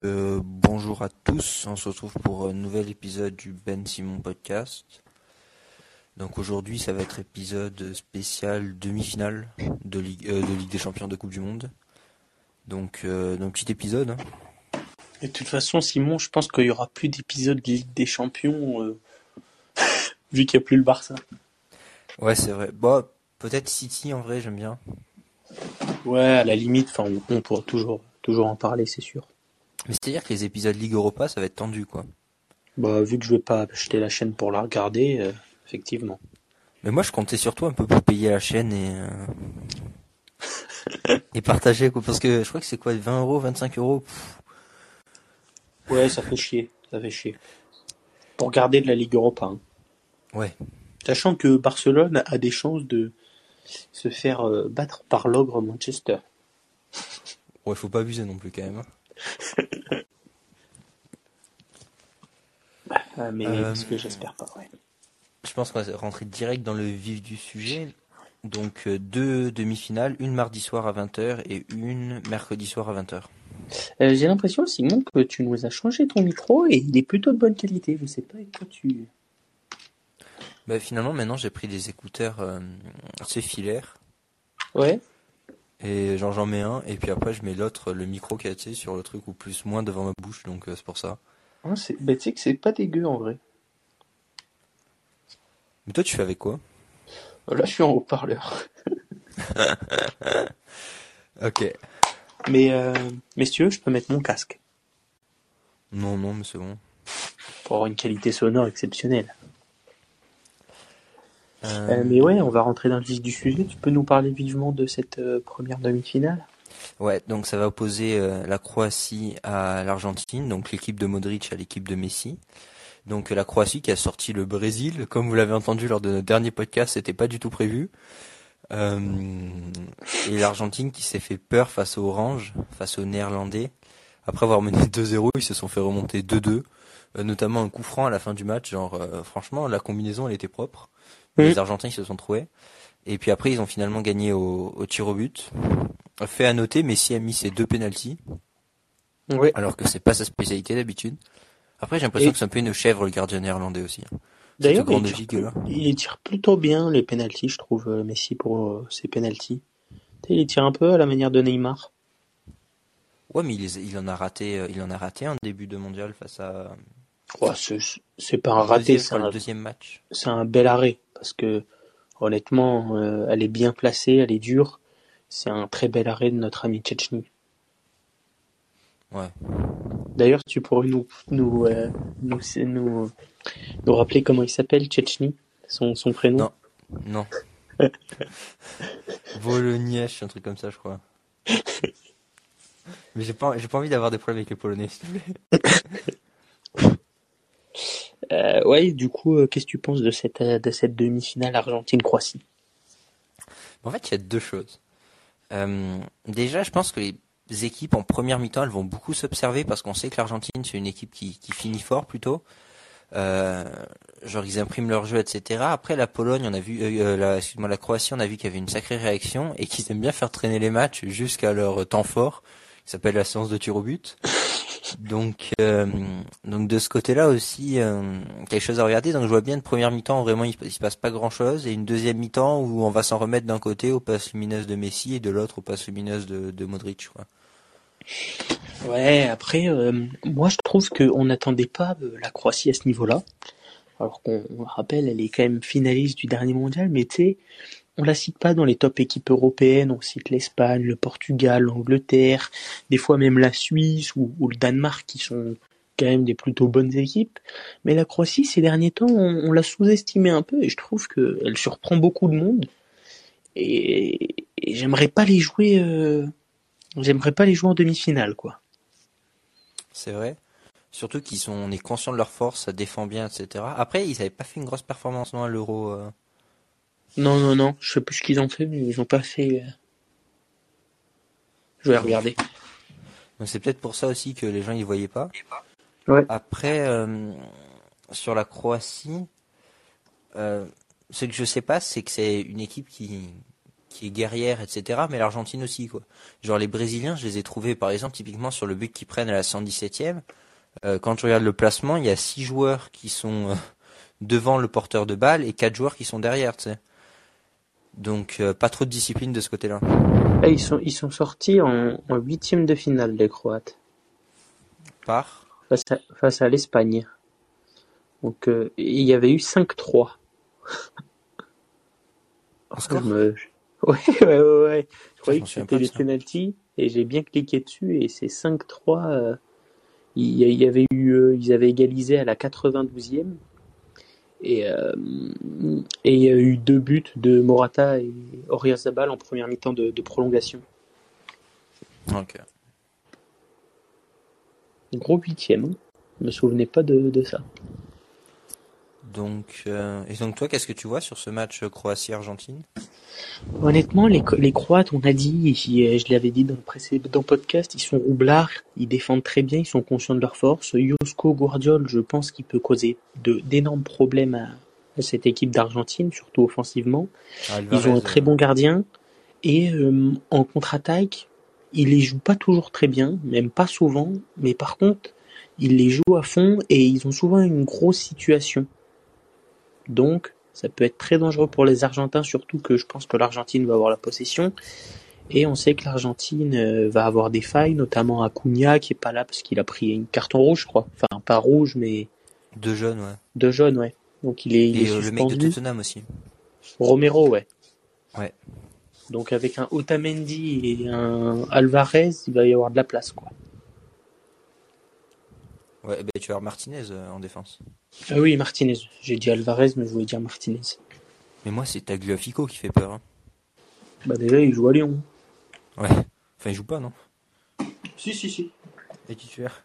Bonjour à tous, on se retrouve pour un nouvel épisode du Ben Simon Podcast. Donc aujourd'hui ça va être épisode spécial demi-finale de Ligue des Champions de Coupe du Monde. Donc petit épisode, hein. Et de toute façon, Simon, je pense qu'il y aura plus d'épisodes de Ligue des Champions, vu qu'il n'y a plus le Barça. Ouais c'est vrai, bon peut-être City en vrai j'aime bien. Ouais, à la limite, enfin, on pourra toujours en parler, c'est sûr. Mais c'est-à-dire que les épisodes Ligue Europa ça va être tendu quoi. Bah, vu que je vais pas acheter la chaîne pour la regarder, effectivement. Mais moi je comptais surtout un peu pour payer la chaîne et partager quoi, parce que je crois que c'est quoi 20 euros, 25 euros. Ouais, ça fait chier, Pour regarder de la Ligue Europa, hein. Ouais, Sachant que Barcelone a des chances de se faire battre par l'ogre Manchester. ouais faut pas abuser non plus quand même, hein. Mais Euh, parce que j'espère pas, ouais. Je pense qu'on va rentrer direct dans le vif du sujet. Donc deux demi-finales, une mardi soir à 20h et une mercredi soir à 20h. J'ai l'impression, Simon, que tu nous as changé ton micro et il est plutôt de bonne qualité. Je sais pas avec quoi tu... Bah, finalement maintenant j'ai pris des écouteurs assez filaires Ouais. et genre j'en mets un et puis après je mets l'autre, le micro qui est tu sais, sur le truc ou plus moins devant ma bouche, donc c'est pour ça. Ah, bah, tu sais que c'est pas dégueu en vrai. Mais toi tu fais avec quoi? Là, je suis en haut-parleur. Ok. Mais si tu veux, je peux mettre mon casque Non non mais c'est bon. pour avoir une qualité sonore exceptionnelle. Euh, Mais ouais, on va rentrer dans le vif du sujet. Tu peux nous parler vivement de cette première demi-finale? Ouais, donc ça va opposer la Croatie à l'Argentine, donc l'équipe de Modric à l'équipe de Messi. Donc la Croatie qui a sorti le Brésil, comme vous l'avez entendu lors de notre dernier podcast, c'était pas du tout prévu. Euh, et l'Argentine qui s'est fait peur face aux Orange, face aux Néerlandais. Après avoir mené 2-0, ils se sont fait remonter 2-2, notamment un coup franc à la fin du match. Genre franchement, la combinaison elle était propre. Mais Mmh. les Argentins ils se sont trouvés. Et puis après ils ont finalement gagné au tir au but. Fait à noter, Messi a mis ses deux pénaltys, Ouais. alors que c'est pas sa spécialité d'habitude. Après j'ai l'impression Et que c'est un peu une chèvre le gardien néerlandais aussi, hein. Cette d'ailleurs, grande gigue là. il tire plutôt bien les pénaltys, je trouve, Messi pour ses pénaltys. Tu sais, il tire un peu à la manière de Neymar. Ouais, mais il en a raté un début de mondial face à Ouais, c'est pas un le raté, deuxième, je crois, le deuxième match. c'est un bel arrêt. Parce que, honnêtement, elle est bien placée, elle est dure. C'est un très bel arrêt de notre ami Tchetchny. Ouais. D'ailleurs, tu pourrais nous rappeler comment il s'appelle, Tchetchny, son prénom. Non, non. Vologniech, un truc comme ça, je crois. Mais j'ai pas envie d'avoir des problèmes avec les Polonais, s'il te plaît. Ouais, du coup, qu'est-ce que tu penses de cette demi-finale Argentine-Croatie? En fait, il y a deux choses. Déjà, je pense que les équipes en première mi-temps, elles vont beaucoup s'observer parce qu'on sait que l'Argentine, c'est une équipe qui finit fort plutôt. Euh, genre ils impriment leur jeu, etc. Après la Pologne, on a vu, la Croatie, on a vu qu'il y avait une sacrée réaction et qu'ils aiment bien faire traîner les matchs jusqu'à leur temps fort, qui s'appelle la séance de tir au but. Donc de ce côté-là aussi, quelque chose à regarder. Donc je vois bien une première mi-temps où vraiment il se passe pas grand-chose et une deuxième mi-temps où on va s'en remettre d'un côté aux passes lumineuses de Messi et de l'autre aux passes lumineuses de Modric, quoi. Ouais, après, moi je trouve qu'on n'attendait pas la Croatie à ce niveau-là. Alors qu'on rappelle, elle est quand même finaliste du dernier mondial, mais tu sais, on la cite pas dans les top équipes européennes, on cite l'Espagne, le Portugal, l'Angleterre, des fois même la Suisse ou le Danemark qui sont quand même des plutôt bonnes équipes. Mais la Croatie, ces derniers temps, on l'a sous-estimée un peu et je trouve qu'elle surprend beaucoup de monde. Et j'aimerais pas les jouer en demi-finale, quoi. C'est vrai. Surtout on est conscient de leur force, ça défend bien, etc. Après, ils avaient pas fait une grosse performance non à l'Euro. Non, non, non, je sais plus ce qu'ils ont fait, mais ils ont pas fait. Je vais Donc, regarder. donc c'est peut-être pour ça aussi que les gens ils voyaient pas. Ouais. Après, sur la Croatie, ce que je sais pas, c'est que c'est une équipe qui est guerrière, etc. Mais l'Argentine aussi, quoi. Genre les Brésiliens, je les ai trouvés, par exemple, typiquement sur le but qu'ils prennent à la 117e. Quand tu regardes le placement, il y a 6 joueurs qui sont devant le porteur de balle et 4 joueurs qui sont derrière, tu sais. Donc pas trop de discipline de ce côté-là. Ah, ils sont sortis en huitième de finale, les Croates, Par face à l'Espagne. Donc, il y avait eu 5-3. un Je score? me... Ouais. Je Je croyais m'en que souviens c'était pas de des ça. penalties et j'ai bien cliqué dessus et c'est 5-3. Ils avaient égalisé à la 92e et il y a eu 2 buts de Morata et Oyarzabal en première mi-temps de prolongation. Ok. Gros huitième. Je me souvenais pas de ça. Donc et donc toi, qu'est-ce que tu vois sur ce match Croatie-Argentine? Honnêtement, les Croates, on a dit, et je l'avais dit dans le précédent podcast, ils sont roublards, ils défendent très bien, ils sont conscients de leur force. Josko Gvardiol, je pense qu'il peut causer d'énormes problèmes à cette équipe d'Argentine, surtout offensivement. Ils ont un Alvarez, très bon gardien et en contre-attaque, ils les jouent pas toujours très bien, même pas souvent, mais par contre, ils les jouent à fond et ils ont souvent une grosse situation. Donc, ça peut être très dangereux pour les Argentins, surtout que je pense que l'Argentine va avoir la possession. Et on sait que l'Argentine va avoir des failles, notamment Acuna qui est pas là parce qu'il a pris une carton rouge, je crois. Enfin, pas rouge, mais deux jeunes, ouais. 2 jaunes, ouais. Donc il est Et le mec de suspendu. Tottenham aussi. Romero, ouais. Ouais. Donc avec un Otamendi et un Alvarez, il va y avoir de la place, quoi. Ouais, ben tu vas avoir Martinez en défense. Ah oui, Martinez. J'ai dit Alvarez, mais je voulais dire Martinez. Mais moi, c'est Tagliafico qui fait peur. Hein. Bah déjà, il joue à Lyon. Ouais. Enfin, il joue pas, non? Si. Et titulaire.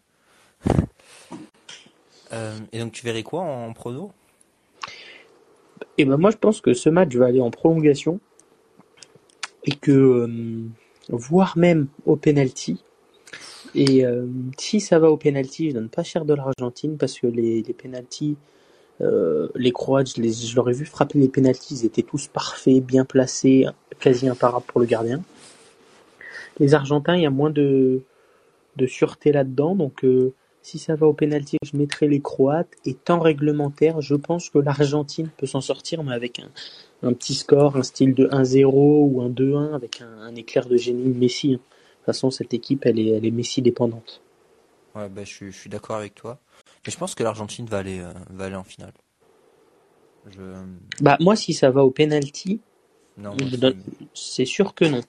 Et donc, tu verrais quoi en prono? Et ben moi, je pense que ce match va aller en prolongation et que, voire même au penalty. Et si ça va au penalty, je donne pas cher de l'Argentine parce que les penalties, les Croates, je leur ai vu frapper les penalties, ils étaient tous parfaits, bien placés, quasi imparables pour le gardien. Les Argentins, il y a moins de sûreté là-dedans, donc si ça va au penalty, je mettrai les Croates. Et temps réglementaire, je pense que l'Argentine peut s'en sortir, mais avec un petit score, un style de 1-0 ou un 2-1, avec un éclair de génie de Messi. De toute façon, cette équipe, elle est Messi dépendante. Ouais, ben je suis d'accord avec toi. Mais je pense que l'Argentine va aller en finale. Je... Bah moi, si ça va au penalty, Non, moi aussi. Mais... c'est sûr que non.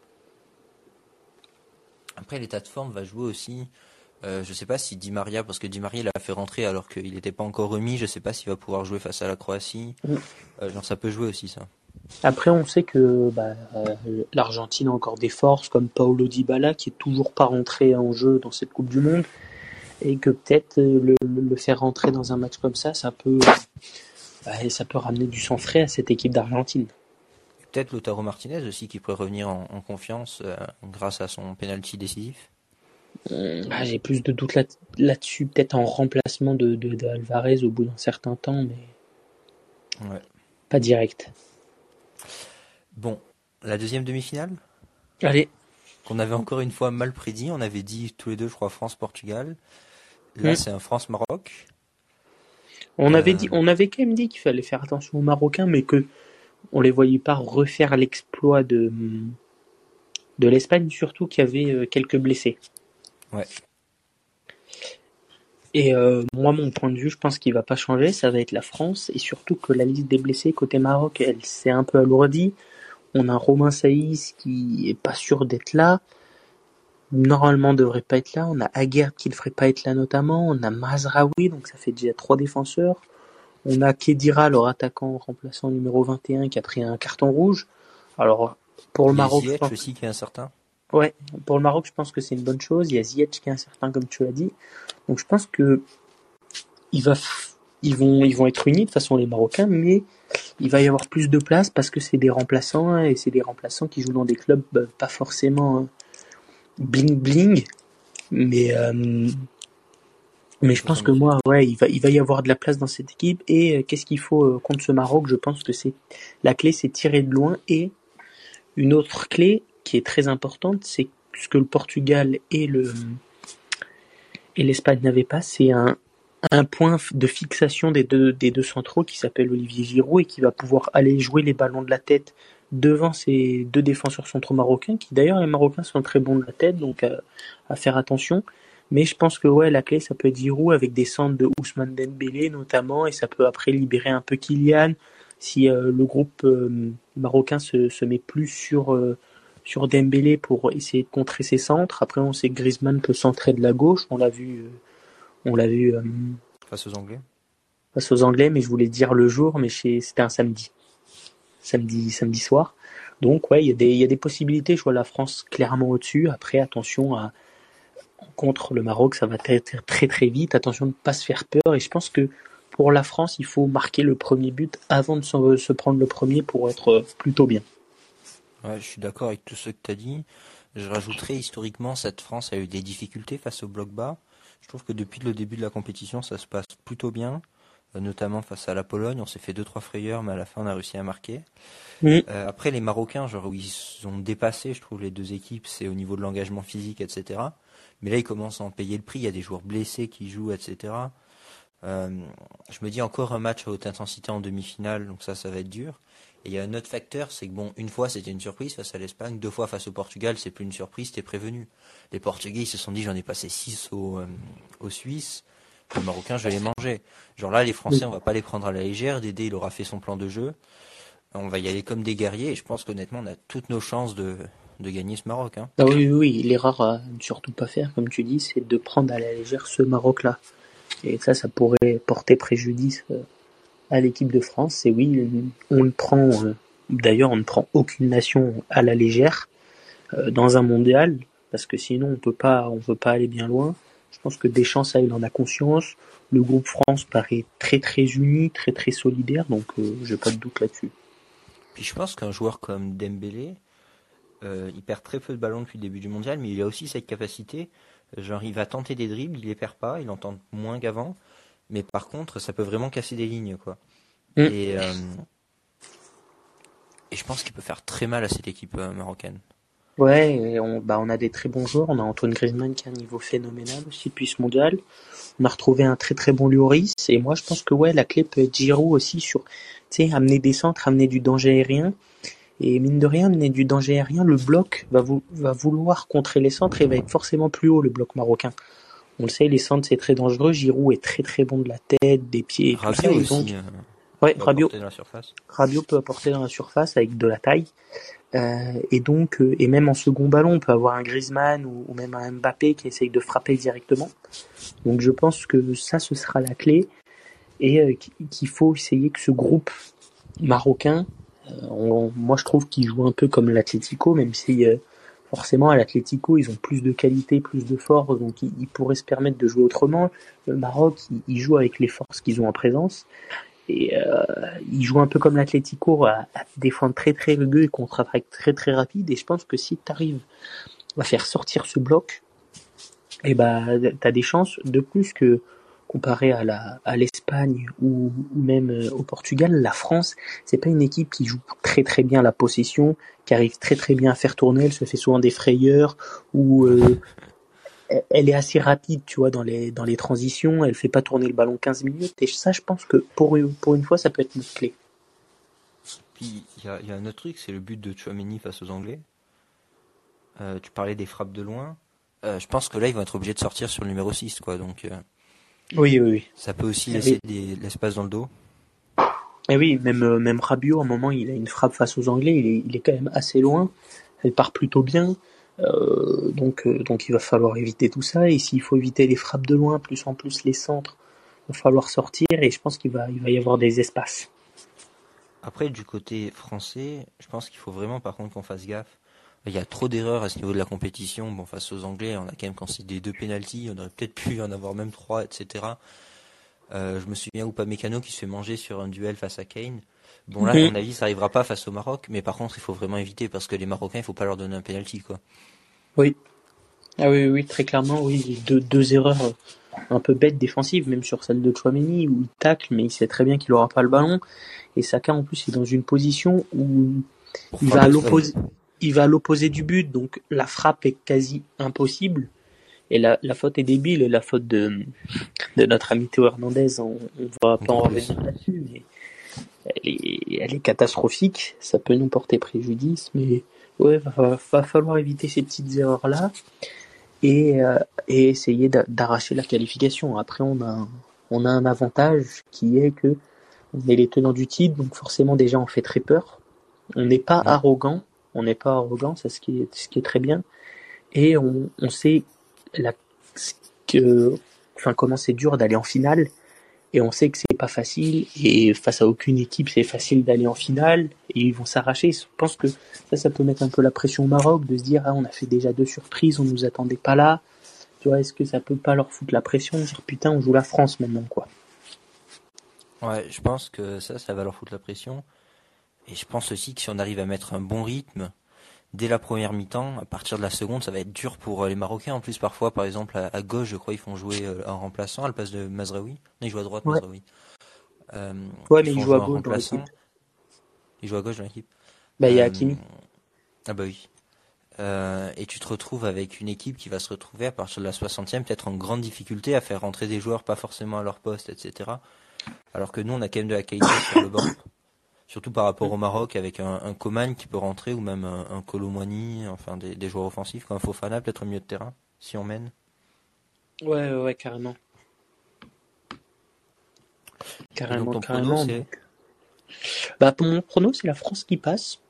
Après, l'état de forme va jouer aussi. Je sais pas si Di Maria, parce que Di Maria l'a fait rentrer alors qu'il n'était pas encore remis. Je sais pas s'il va pouvoir jouer face à la Croatie. Genre, ça peut jouer aussi, ça. Après, on sait que l'Argentine a encore des forces comme Paulo Dybala qui est toujours pas rentré en jeu dans cette Coupe du Monde et que peut-être le faire rentrer dans un match comme ça peut ramener du sang frais à cette équipe d'Argentine. Et peut-être Lautaro Martinez aussi qui pourrait revenir en confiance grâce à son penalty décisif. J'ai plus de doutes là-dessus, peut-être en remplacement de Alvarez au bout d'un certain temps, mais Ouais. pas direct. Bon, la deuxième demi-finale, Allez. qu'on avait encore une fois mal prédit. On avait dit tous les deux, je crois, France-Portugal. Là, c'est un France-Maroc. On avait quand même dit qu'il fallait faire attention aux Marocains, mais que on les voyait pas refaire l'exploit de l'Espagne, surtout qu'il y avait quelques blessés. Ouais. Et moi, mon point de vue, je pense qu'il va pas changer, ça va être la France, et surtout que la liste des blessés côté Maroc, elle s'est un peu alourdie. On a Romain Saïs qui est pas sûr d'être là, normalement devrait pas être là. On a Aguerd qui ne devrait pas être là notamment. On a Mazraoui, donc ça fait déjà 3 défenseurs. On a Khedira, leur attaquant remplaçant numéro 21, qui a pris un carton rouge. Alors, pour le Il y a Maroc, je Ziyech pense... aussi qui est incertain. Ouais, pour le Maroc, je pense que c'est une bonne chose. Il y a Ziyech qui est incertain, comme tu l'as dit. Donc je pense que ils vont être unis de toute façon les Marocains, mais il va y avoir plus de place parce que c'est des remplaçants et c'est des remplaçants qui jouent dans des clubs pas forcément bling bling, mais je pense que moi ouais il va y avoir de la place dans cette équipe et qu'est-ce qu'il faut contre ce Maroc? Je pense que c'est la clé, c'est tirer de loin et une autre clé qui est très importante, c'est ce que le Portugal et l'Espagne n'avaient pas, c'est un point de fixation des deux centraux qui s'appelle Olivier Giroud et qui va pouvoir aller jouer les ballons de la tête devant ces deux défenseurs centraux marocains, qui d'ailleurs les Marocains sont très bons de la tête, donc à faire attention. Mais je pense que ouais, la clé ça peut être Giroud avec des centres de Ousmane Dembélé notamment, et ça peut après libérer un peu Kylian si le groupe marocain se met plus sur Dembélé pour essayer de contrer ses centres. Après on sait que Griezmann peut centrer de la gauche, on l'a vu face aux Anglais. Face aux Anglais, mais je voulais dire le jour, mais c'était un samedi soir. Donc ouais, il y a des possibilités. Je vois la France clairement au-dessus. Après, attention contre le Maroc, ça va être très très vite. Attention de ne pas se faire peur. Et je pense que pour la France, il faut marquer le premier but avant de se prendre le premier pour être plutôt bien. Ouais, je suis d'accord avec tout ce que tu as dit. Je rajouterais, historiquement, cette France a eu des difficultés face au bloc bas. Je trouve que depuis le début de la compétition, ça se passe plutôt bien, notamment face à la Pologne. On s'est fait 2-3 frayeurs, mais à la fin, on a réussi à marquer. Après, les Marocains, genre, où ils ont dépassé, je trouve, les deux équipes, c'est au niveau de l'engagement physique, etc. Mais là, ils commencent à en payer le prix. Il y a des joueurs blessés qui jouent, etc. Je me dis encore un match à haute intensité en demi-finale, donc ça va être dur. Et il y a un autre facteur, c'est que bon, une fois c'était une surprise face à l'Espagne, 2 fois face au Portugal, c'est plus une surprise, t'es prévenu. Les Portugais, ils se sont dit, j'en ai passé 6 aux Suisses, les Marocains, je vais les manger. Genre là, les Français, on va pas les prendre à la légère, Dédé, il aura fait son plan de jeu, on va y aller comme des guerriers, et je pense qu'honnêtement, on a toutes nos chances de gagner ce Maroc. Hein. Ah oui, l'erreur à ne surtout pas faire, comme tu dis, c'est de prendre à la légère ce Maroc-là. Et ça pourrait porter préjudice à l'équipe de France. Et oui, on ne prend, d'ailleurs, on ne prend aucune nation à la légère dans un mondial, parce que sinon on peut pas aller bien loin. Je pense que Deschamps, ça, il en a conscience. Le groupe France paraît très très uni, très très solidaire, donc j'ai pas de doute là-dessus. Puis je pense qu'un joueur comme Dembélé, il perd très peu de ballons depuis le début du mondial, mais il a aussi cette capacité, genre il va tenter des dribbles, il les perd pas, il en tente moins qu'avant, mais par contre ça peut vraiment casser des lignes, quoi. Et je pense qu'il peut faire très mal à cette équipe marocaine. Ouais, et on a des très bons joueurs. On a Antoine Griezmann qui a un niveau phénoménal aussi depuis ce mondial. On a retrouvé un très très bon Lloris. Et moi, je pense que ouais, la clé peut être Giroud aussi sur, tu sais, amener des centres, amener du danger aérien. Et mine de rien, amener du danger aérien, le bloc va vouloir contrer les centres et va être forcément plus haut, le bloc marocain. On le sait, les centres, c'est très dangereux. Giroud est très très bon de la tête, des pieds et Rabiot tout ça. Et aussi, donc, ouais, Rabiot peut apporter dans la surface avec de la taille. Et donc, et même en second ballon, on peut avoir un Griezmann ou même un Mbappé qui essaye de frapper directement. Donc je pense que ça, ce sera la clé et qu'il faut essayer que ce groupe marocain, moi je trouve qu'il joue un peu comme l'Atlético, même si forcément à l'Atlético ils ont plus de qualité, plus de force, donc ils pourraient se permettre de jouer autrement. Le Maroc, il joue avec les forces qu'ils ont en présence. Et il joue un peu comme l'Atlético à défendre très très rugueux et contre-attaque très très rapide. Et je pense que si tu arrives à faire sortir ce bloc, et t'as des chances de plus que comparé à l'Espagne ou même au Portugal. La France, c'est pas une équipe qui joue très très bien la possession, qui arrive très très bien à faire tourner. Elle se fait souvent des frayeurs ou elle est assez rapide, tu vois, dans les transitions. Elle fait pas tourner le ballon 15 minutes. Et ça, je pense que pour une fois, ça peut être une clé. Puis il y a un autre truc, c'est le but de Tchouaméni face aux Anglais. Tu parlais des frappes de loin. Je pense que là, ils vont être obligés de sortir sur le numéro 6, quoi. Donc, oui. Ça peut aussi laisser l'espace dans le dos. Et oui, même Rabiot, à un moment, il a une frappe face aux Anglais. Il est quand même assez loin. Elle part plutôt bien. Donc il va falloir éviter tout ça, et s'il faut éviter les frappes de loin, plus en plus les centres, il va falloir sortir, et je pense qu'il va y avoir des espaces. Après, du côté français, je pense qu'il faut vraiment par contre qu'on fasse gaffe. Il y a trop d'erreurs à ce niveau de la compétition. Bon, face aux Anglais, on a quand même concédé 2 pénaltys, on aurait peut-être pu en avoir même 3, etc. Je me souviens Upamecano qui se fait manger sur un duel face à Kane. Bon là, à mon avis, ça arrivera pas face au Maroc, mais par contre, il faut vraiment éviter parce que les Marocains, il faut pas leur donner un penalty, quoi. Oui. Ah oui, très clairement, oui. Deux erreurs un peu bêtes défensives, même sur celle de Tchouaméni où il tacle, mais il sait très bien qu'il aura pas le ballon. Et Saka, en plus, est dans une position où il va à l'opposé. il va à l'opposé du but, donc la frappe est quasi impossible. Et la faute est débile, et la faute de notre ami Théo Hernandez, on va pas en revenir là-dessus, mais elle est catastrophique. Ça peut nous porter préjudice, mais ouais, va falloir éviter ces petites erreurs-là et essayer d'arracher la qualification. Après, on a un avantage qui est que on est les tenants du titre, donc forcément déjà on fait très peur. On n'est pas arrogant, c'est ce qui est très bien, et on sait comment c'est dur d'aller en finale, et on sait que c'est pas facile, et face à aucune équipe c'est facile d'aller en finale, et ils vont s'arracher. Je pense que ça peut mettre un peu la pression au Maroc, de se dire on a fait déjà 2 surprises, on nous attendait pas là. Tu vois, est-ce que ça peut pas leur foutre la pression, de dire putain on joue la France maintenant, quoi. Ouais, je pense que ça va leur foutre la pression. Et je pense aussi que si on arrive à mettre un bon rythme dès la première mi-temps, à partir de la seconde, ça va être dur pour les Marocains. En plus, parfois, par exemple, à gauche, je crois, ils font jouer un remplaçant à la place de Mazraoui. Non, il joue à droite, Ouais. Mazraoui. Ouais, Ils mais il font joue à jouer un gauche dans remplaçant. l'équipe. Il joue à gauche dans l'équipe. Bah, il y a Hakimi. Ah bah oui. Et tu te retrouves avec une équipe qui va se retrouver à partir de la 60e, peut-être en grande difficulté à faire rentrer des joueurs pas forcément à leur poste, etc. Alors que nous, on a quand même de la qualité sur le banc. Surtout par rapport au Maroc, avec un Coman qui peut rentrer, ou même un Kolo Muani, enfin des joueurs offensifs, comme un Fofana, peut-être au milieu de terrain, si on mène. Ouais, carrément. Et donc ton prono, Carrément. c'est Bah, pour mon prono, c'est la France qui passe.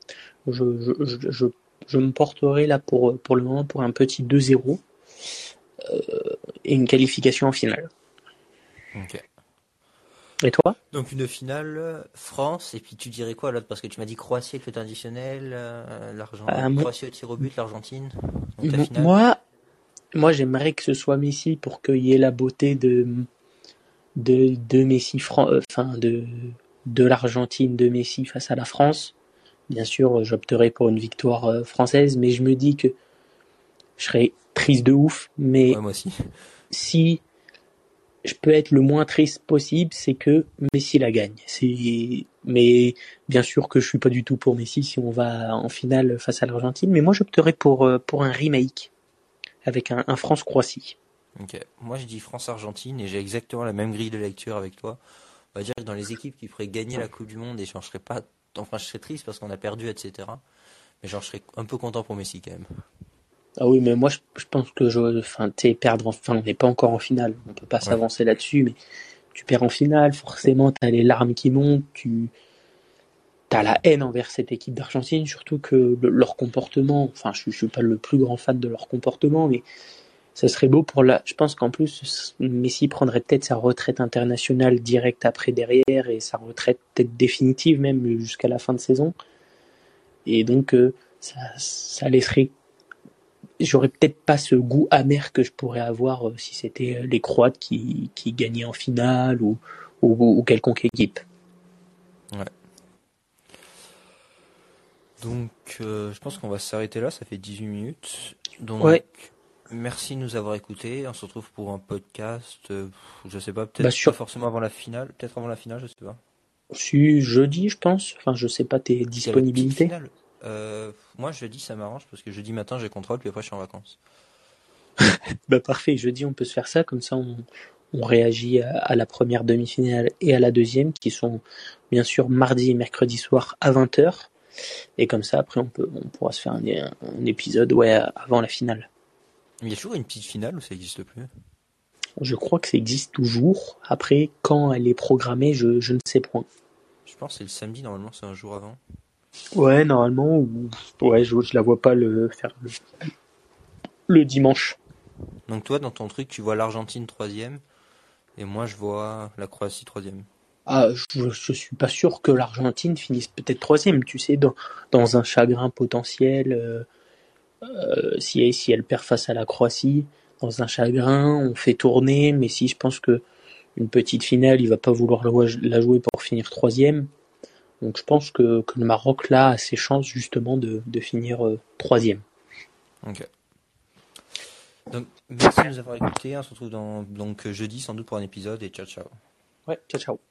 Je me porterai là pour le moment pour un petit 2-0 et une qualification en finale. Ok. Et toi? Donc une finale, France, et puis tu dirais quoi l'autre? Parce que tu m'as dit Croatie avec le temps additionnel, Croatie au tir au but, l'Argentine. Donc la finale. Moi, j'aimerais que ce soit Messi pour qu'il y ait la beauté de Messi, de l'Argentine de Messi face à la France. Bien sûr, j'opterai pour une victoire française, mais je me dis que je serais triste de ouf. Mais Ouais, moi aussi. si je peux être le moins triste possible, c'est que Messi la gagne. Mais bien sûr que je suis pas du tout pour Messi si on va en finale face à l'Argentine. Mais moi, j'opterais pour un remake avec un France-Croatie. Ok. Moi je dis France-Argentine et j'ai exactement la même grille de lecture avec toi. On va dire que dans les équipes qui feraient gagner la Coupe du Monde, et j'en serais pas, enfin je serais triste parce qu'on a perdu, etc. Mais genre je serais un peu content pour Messi quand même. Ah oui, mais moi, je pense que on n'est pas encore en finale. On peut pas Ouais. s'avancer là-dessus, mais tu perds en finale, forcément, t'as les larmes qui montent, t'as la haine envers cette équipe d'Argentine, surtout que leur comportement, enfin, je suis pas le plus grand fan de leur comportement, mais ça serait beau je pense qu'en plus, Messi prendrait peut-être sa retraite internationale directe après derrière, et sa retraite peut-être définitive même jusqu'à la fin de saison. Et donc, ça laisserait, j'aurais peut-être pas ce goût amer que je pourrais avoir si c'était les Croates qui gagnaient en finale ou quelconque équipe. Ouais. Donc je pense qu'on va s'arrêter là, ça fait 18 minutes. Donc Ouais, merci de nous avoir écoutés. On se retrouve pour un podcast, je sais pas, bah peut-être pas forcément avant la finale, peut-être avant la finale, je sais pas. si jeudi, je pense. Enfin, je sais pas tes Il y a la petite disponibilités. finale. Moi jeudi ça m'arrange parce que jeudi matin j'ai contrôle puis après je suis en vacances. Bah parfait, jeudi on peut se faire ça, comme ça on réagit à la première demi-finale et à la deuxième, qui sont bien sûr mardi et mercredi soir à 20h. Et comme ça, après, on pourra se faire un épisode avant la finale. Il y a toujours une petite finale ou ça existe plus? Je crois que ça existe toujours. Après, quand elle est programmée, je ne sais point. Je pense que c'est le samedi, normalement c'est un jour avant. Ouais, normalement, ouais, je la vois pas faire le dimanche. Donc toi dans ton truc tu vois l'Argentine troisième et moi je vois la Croatie troisième. Ah, je suis pas sûr que l'Argentine finisse peut-être troisième, tu sais, dans un chagrin potentiel, si elle perd face à la Croatie, dans un chagrin, on fait tourner, mais si je pense que une petite finale, il va pas vouloir la jouer pour finir troisième. Donc je pense que le Maroc là a ses chances justement de finir troisième. Ok. Donc merci de nous avoir écoutés, on se retrouve donc jeudi sans doute pour un épisode et ciao ciao. Ouais, ciao ciao.